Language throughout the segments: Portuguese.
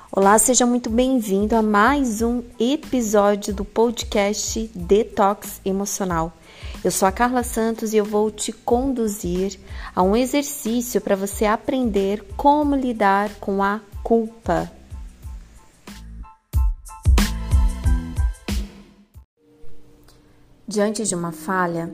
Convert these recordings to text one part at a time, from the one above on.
Olá, seja muito bem-vindo a mais um episódio do podcast Detox Emocional. Eu sou a Carla Santos e eu vou te conduzir a um exercício para você aprender como lidar com a culpa. Diante de uma falha,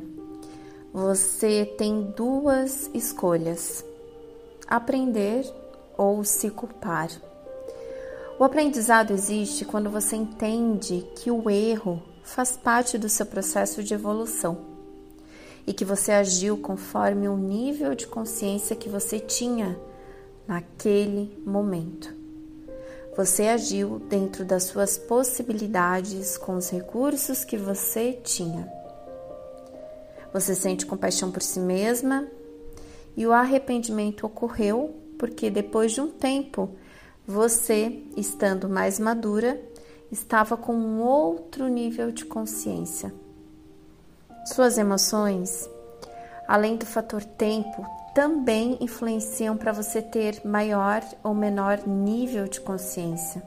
você tem duas escolhas: aprender ou se culpar. O aprendizado existe quando você entende que o erro faz parte do seu processo de evolução e que você agiu conforme o nível de consciência que você tinha naquele momento. Você agiu dentro das suas possibilidades, com os recursos que você tinha. Você sente compaixão por si mesma e o arrependimento ocorreu porque depois de um tempo, você, estando mais madura, estava com um outro nível de consciência. Suas emoções, além do fator tempo, também influenciam para você ter maior ou menor nível de consciência.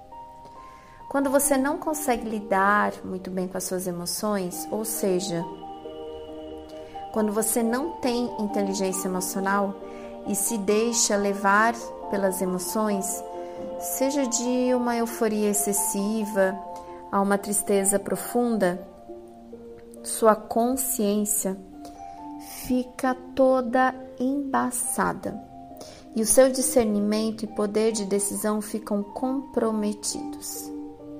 Quando você não consegue lidar muito bem com as suas emoções, ou seja, quando você não tem inteligência emocional e se deixa levar pelas emoções, seja de uma euforia excessiva a uma tristeza profunda, sua consciência fica toda embaçada e o seu discernimento e poder de decisão ficam comprometidos.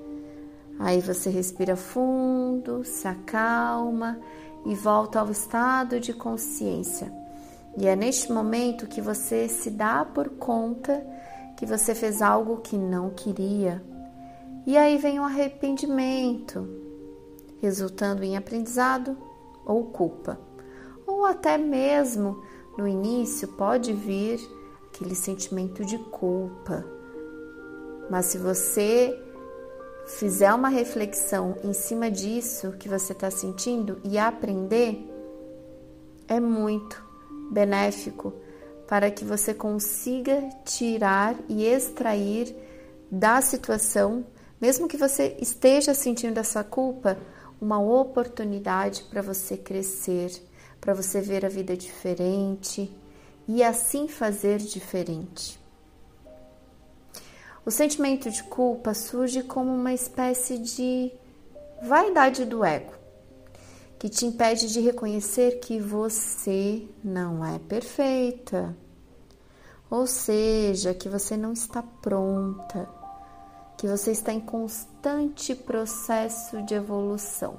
Aí você respira fundo, se acalma e volta ao estado de consciência. E é neste momento que você se dá por conta que você fez algo que não queria. E aí vem o arrependimento, resultando em aprendizado ou culpa. Ou até mesmo, no início, pode vir aquele sentimento de culpa. Mas se você fizer uma reflexão em cima disso que você está sentindo e aprender, é muito benéfico para que você consiga tirar e extrair da situação, mesmo que você esteja sentindo essa culpa, uma oportunidade para você crescer, para você ver a vida diferente e assim fazer diferente. O sentimento de culpa surge como uma espécie de vaidade do ego, que te impede de reconhecer que você não é perfeita, ou seja, que você não está pronta, que você está em constante processo de evolução.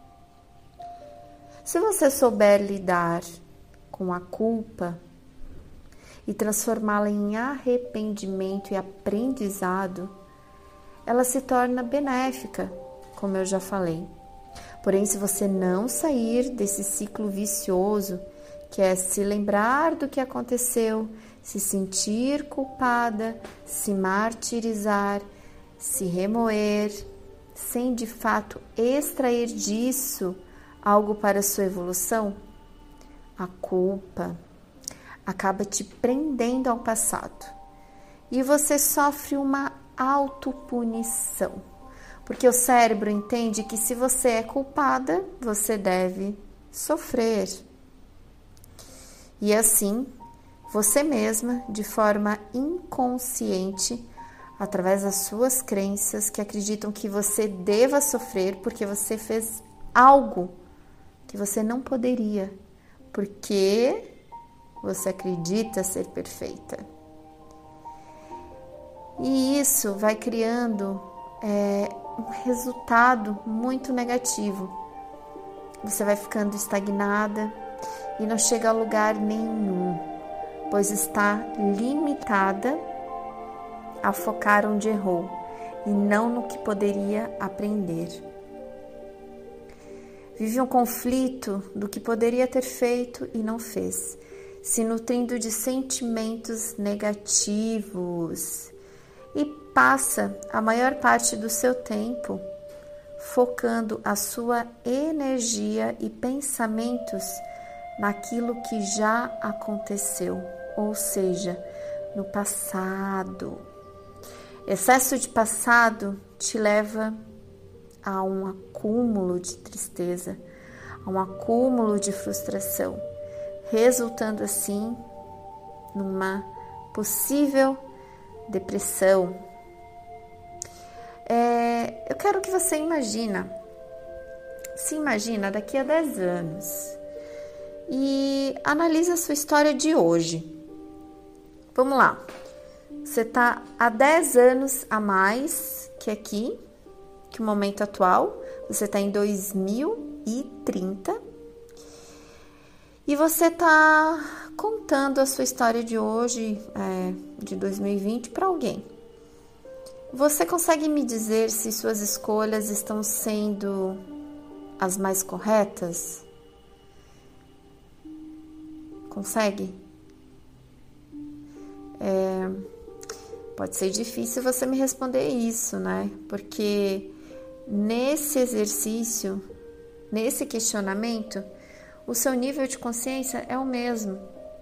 Se você souber lidar com a culpa e transformá-la em arrependimento e aprendizado, ela se torna benéfica, como eu já falei. Porém, se você não sair desse ciclo vicioso, que é se lembrar do que aconteceu, se sentir culpada, se martirizar, se remoer, sem de fato extrair disso algo para a sua evolução, a culpa acaba te prendendo ao passado e você sofre uma autopunição. Porque o cérebro entende que se você é culpada, você deve sofrer. E assim, você mesma, de forma inconsciente, através das suas crenças que acreditam que você deva sofrer porque você fez algo que você não poderia, porque você acredita ser perfeita. E isso vai criando um resultado muito negativo. Você vai ficando estagnada e não chega a lugar nenhum, pois está limitada a focar onde errou e não no que poderia aprender. Vive um conflito do que poderia ter feito e não fez, se nutrindo de sentimentos negativos e passa a maior parte do seu tempo focando a sua energia e pensamentos naquilo que já aconteceu, ou seja, no passado. Excesso de passado te leva a um acúmulo de tristeza, a um acúmulo de frustração, resultando assim numa possível depressão. Eu quero que você se imagina daqui a 10 anos e analisa a sua história de hoje. Vamos lá, você está há 10 anos a mais que aqui, que o momento atual, você está em 2030 e você está contando a sua história de hoje, de 2020, para alguém. Você consegue me dizer se suas escolhas estão sendo as mais corretas? Consegue? Pode ser difícil você me responder isso, né? Porque nesse exercício, nesse questionamento, o seu nível de consciência é o mesmo.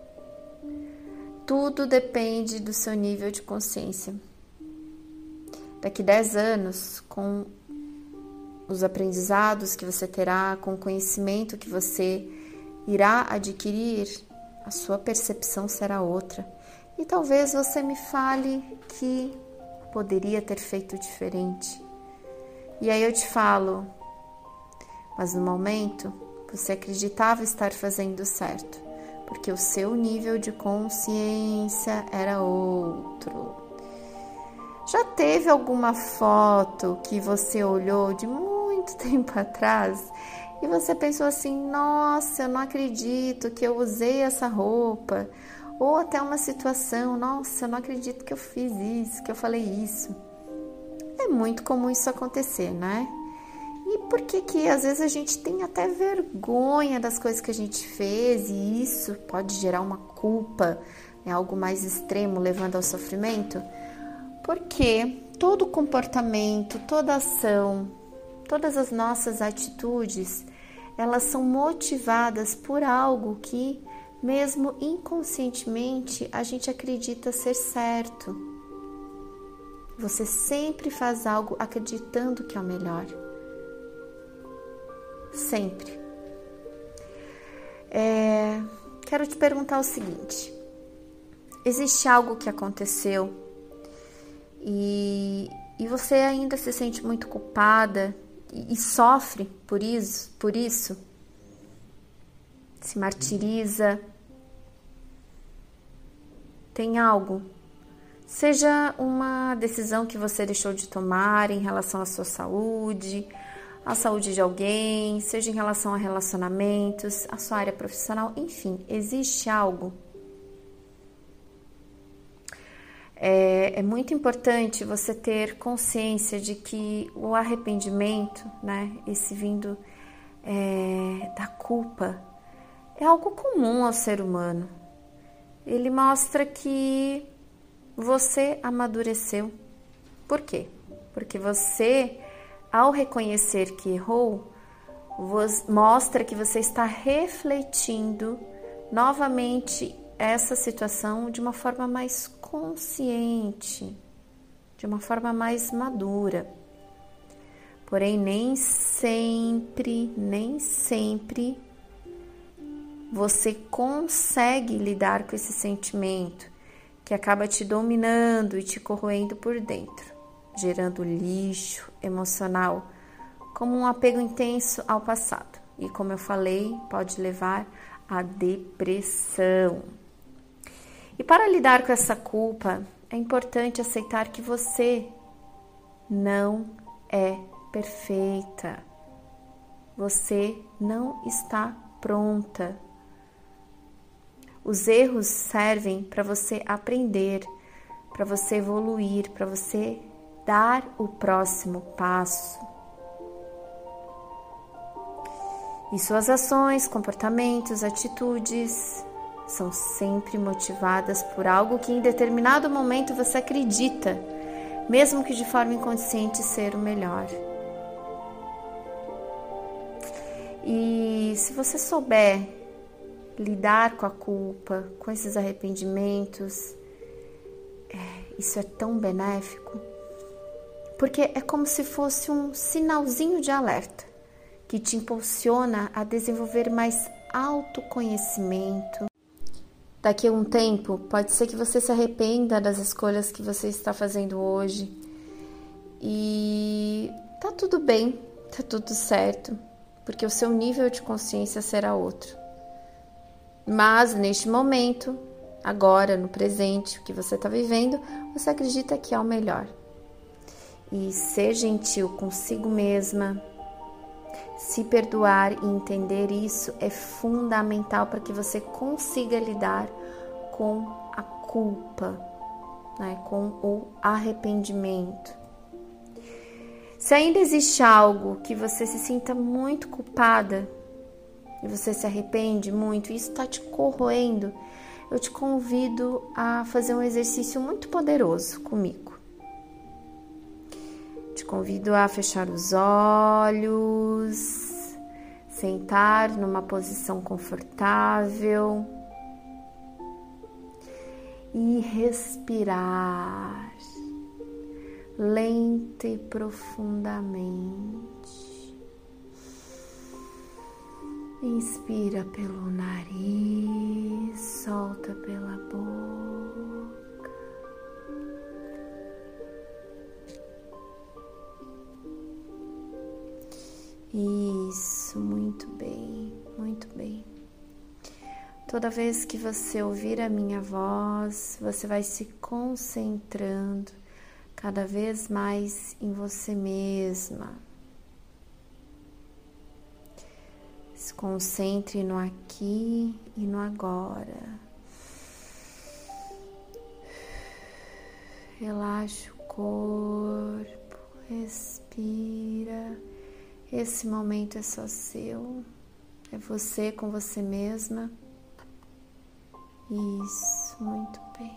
Tudo depende do seu nível de consciência. Daqui 10 anos, com os aprendizados que você terá, com o conhecimento que você irá adquirir, a sua percepção será outra. E talvez você me fale que poderia ter feito diferente. E aí eu te falo, mas no momento você acreditava estar fazendo certo, porque o seu nível de consciência era outro. Já teve alguma foto que você olhou de muito tempo atrás e você pensou assim, nossa, eu não acredito que eu usei essa roupa? Ou até uma situação, nossa, eu não acredito que eu fiz isso, que eu falei isso. É muito comum isso acontecer, né? E por que às vezes a gente tem até vergonha das coisas que a gente fez e isso pode gerar uma culpa, algo mais extremo, levando ao sofrimento? Porque todo comportamento, toda ação, todas as nossas atitudes, elas são motivadas por algo que, mesmo inconscientemente, a gente acredita ser certo. Você sempre faz algo acreditando que é o melhor. Sempre. Quero te perguntar o seguinte: existe algo que aconteceu e você ainda se sente muito culpada e sofre por isso? Se martiriza? Tem algo? Seja uma decisão que você deixou de tomar em relação à sua saúde, à saúde de alguém, seja em relação a relacionamentos, à sua área profissional, enfim, existe algo. É muito importante você ter consciência de que o arrependimento, né, esse vindo da culpa, é algo comum ao ser humano. Ele mostra que você amadureceu. Por quê? Porque você, ao reconhecer que errou, mostra que você está refletindo novamente essa situação de uma forma mais consciente, de uma forma mais madura. Porém, nem sempre você consegue lidar com esse sentimento que acaba te dominando e te corroendo por dentro, gerando lixo emocional, como um apego intenso ao passado. E como eu falei, pode levar à depressão. E para lidar com essa culpa, é importante aceitar que você não é perfeita. Você não está pronta. Os erros servem para você aprender, para você evoluir, para você dar o próximo passo. E suas ações, comportamentos, atitudes são sempre motivadas por algo que em determinado momento você acredita, mesmo que de forma inconsciente, ser o melhor. E se você souber lidar com a culpa, com esses arrependimentos, isso é tão benéfico. Porque é como se fosse um sinalzinho de alerta que te impulsiona a desenvolver mais autoconhecimento. Daqui a um tempo, pode ser que você se arrependa das escolhas que você está fazendo hoje. E tá tudo bem, tá tudo certo, porque o seu nível de consciência será outro. Mas neste momento, agora, no presente, o que você está vivendo, você acredita que é o melhor. E ser gentil consigo mesma, se perdoar e entender isso é fundamental para que você consiga lidar com a culpa, né? Com o arrependimento. Se ainda existe algo que você se sinta muito culpada e você se arrepende muito, e isso está te corroendo, eu te convido a fazer um exercício muito poderoso comigo. Te convido a fechar os olhos, sentar numa posição confortável e respirar lenta e profundamente. Inspira pelo nariz, solta pela boca. Isso, muito bem, muito bem. Toda vez que você ouvir a minha voz, você vai se concentrando cada vez mais em você mesma. Se concentre no aqui e no agora. Relaxe o corpo, respira. Esse momento é só seu, é você com você mesma. Isso, muito bem.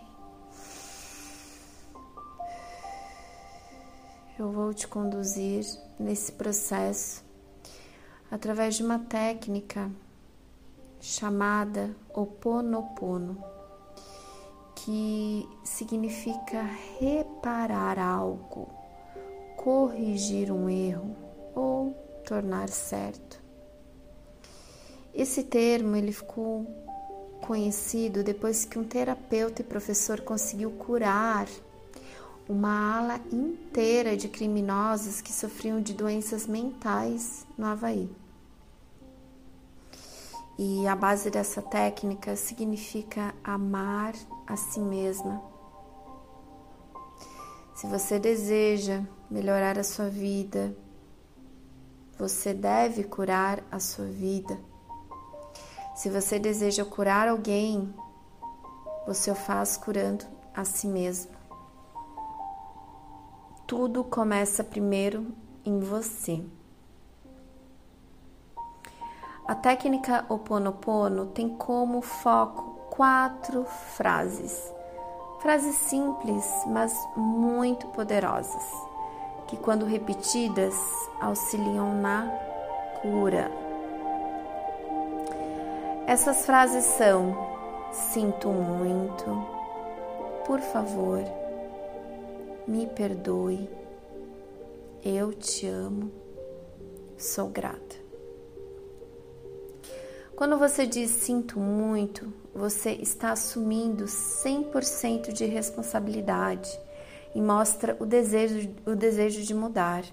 Eu vou te conduzir nesse processo através de uma técnica chamada Ho'oponopono, que significa reparar algo, corrigir um erro ou tornar certo. Esse termo ele ficou conhecido depois que um terapeuta e professor conseguiu curar uma ala inteira de criminosos que sofriam de doenças mentais no Havaí. E a base dessa técnica significa amar a si mesma. Se você deseja melhorar a sua vida, você deve curar a sua vida. Se você deseja curar alguém, você o faz curando a si mesmo. Tudo começa primeiro em você. A técnica Ho'oponopono tem como foco 4 frases. Frases simples, mas muito poderosas, que quando repetidas auxiliam na cura. Essas frases são: sinto muito, por favor, me perdoe, eu te amo, sou grata. Quando você diz sinto muito, você está assumindo 100% de responsabilidade e mostra o desejo de mudar.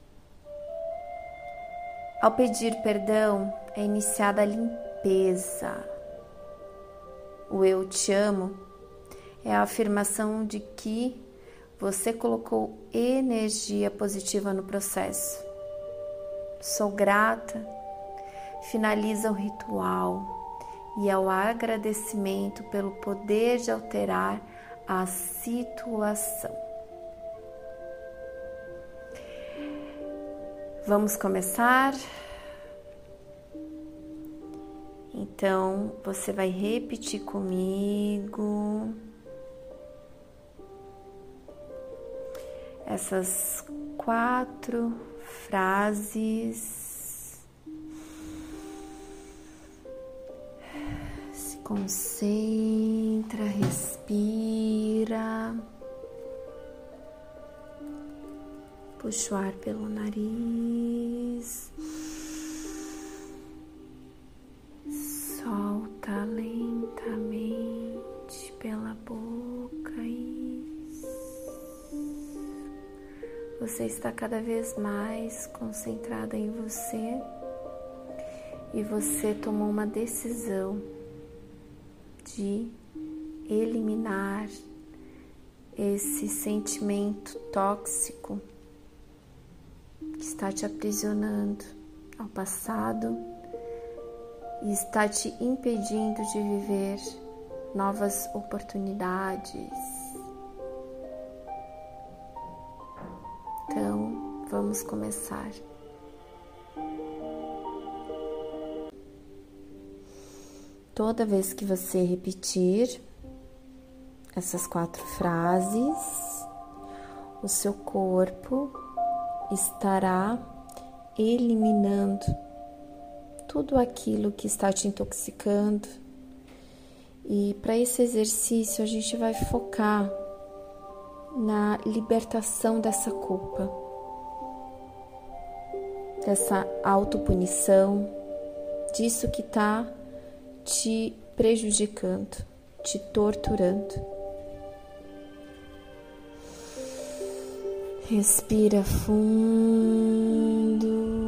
Ao pedir perdão, é iniciada a limpeza. O eu te amo é a afirmação de que você colocou energia positiva no processo. Sou grata. Finaliza o ritual e é o agradecimento pelo poder de alterar a situação. Vamos começar? Então, você vai repetir comigo essas 4 frases. Se concentra, respira. Puxa o ar pelo nariz. Solta lentamente pela boca. Isso. Você está cada vez mais concentrada em você e você tomou uma decisão de eliminar esse sentimento tóxico que está te aprisionando ao passado e está te impedindo de viver novas oportunidades. Então, vamos começar. Toda vez que você repetir essas 4 frases, o seu corpo estará eliminando tudo aquilo que está te intoxicando. E para esse exercício a gente vai focar na libertação dessa culpa, dessa autopunição, disso que está te prejudicando, te torturando. Respira fundo.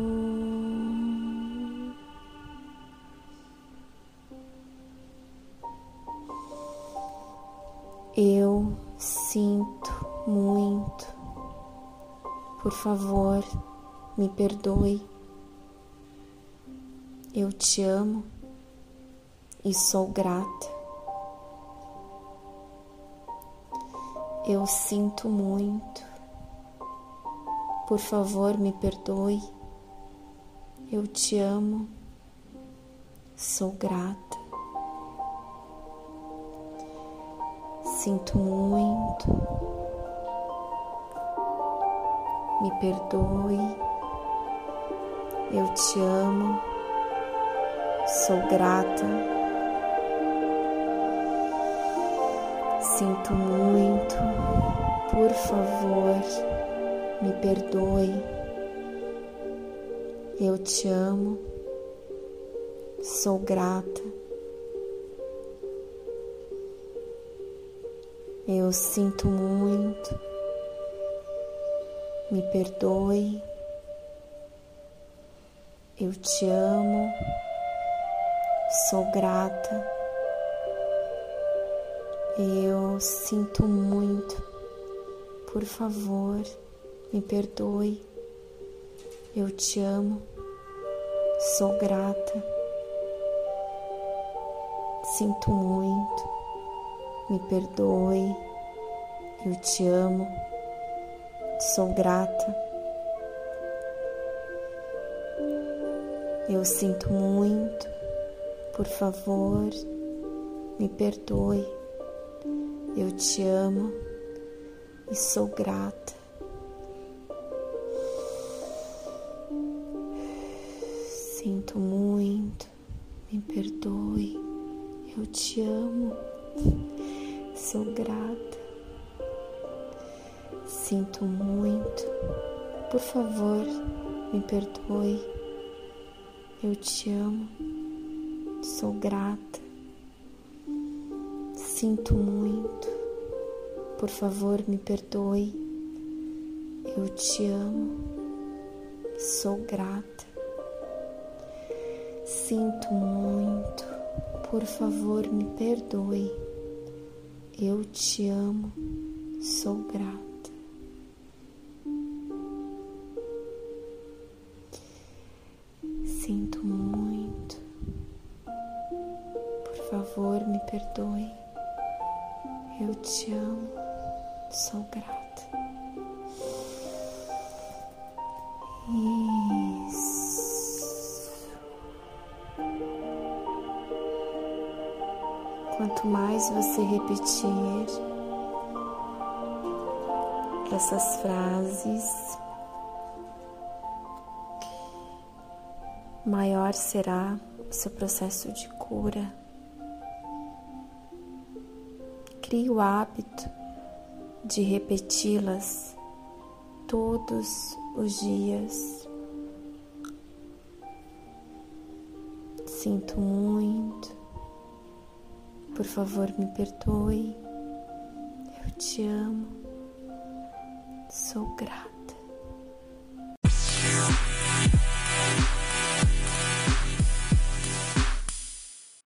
Eu sinto muito. Por favor, me perdoe. Eu te amo e sou grata. Eu sinto muito. Por favor, me perdoe. Eu te amo. Sou grata. Sinto muito. Me perdoe. Eu te amo. Sou grata. Sinto muito. Por favor, me perdoe. Eu te amo. Sou grata. Eu sinto muito. Me perdoe. Eu te amo. Sou grata. Eu sinto muito. Por favor, me perdoe. Eu te amo. Sou grata. Sinto muito. Me perdoe. Eu te amo. Sou grata. Eu sinto muito. Por favor, me perdoe. Eu te amo e sou grata. Sinto muito, me perdoe, eu te amo, sou grata. Sinto muito, por favor, me perdoe, eu te amo, sou grata. Sinto muito, por favor, me perdoe, eu te amo, sou grata. Sinto muito, por favor, me perdoe, eu te amo, sou grata. Sinto muito, por favor, me perdoe, eu te amo, sou grata. Isso. Quanto mais você repetir essas frases, maior será o seu processo de cura. Crie o hábito de repeti-las todos os dias. Sinto muito, por favor me perdoe, eu te amo, sou grata.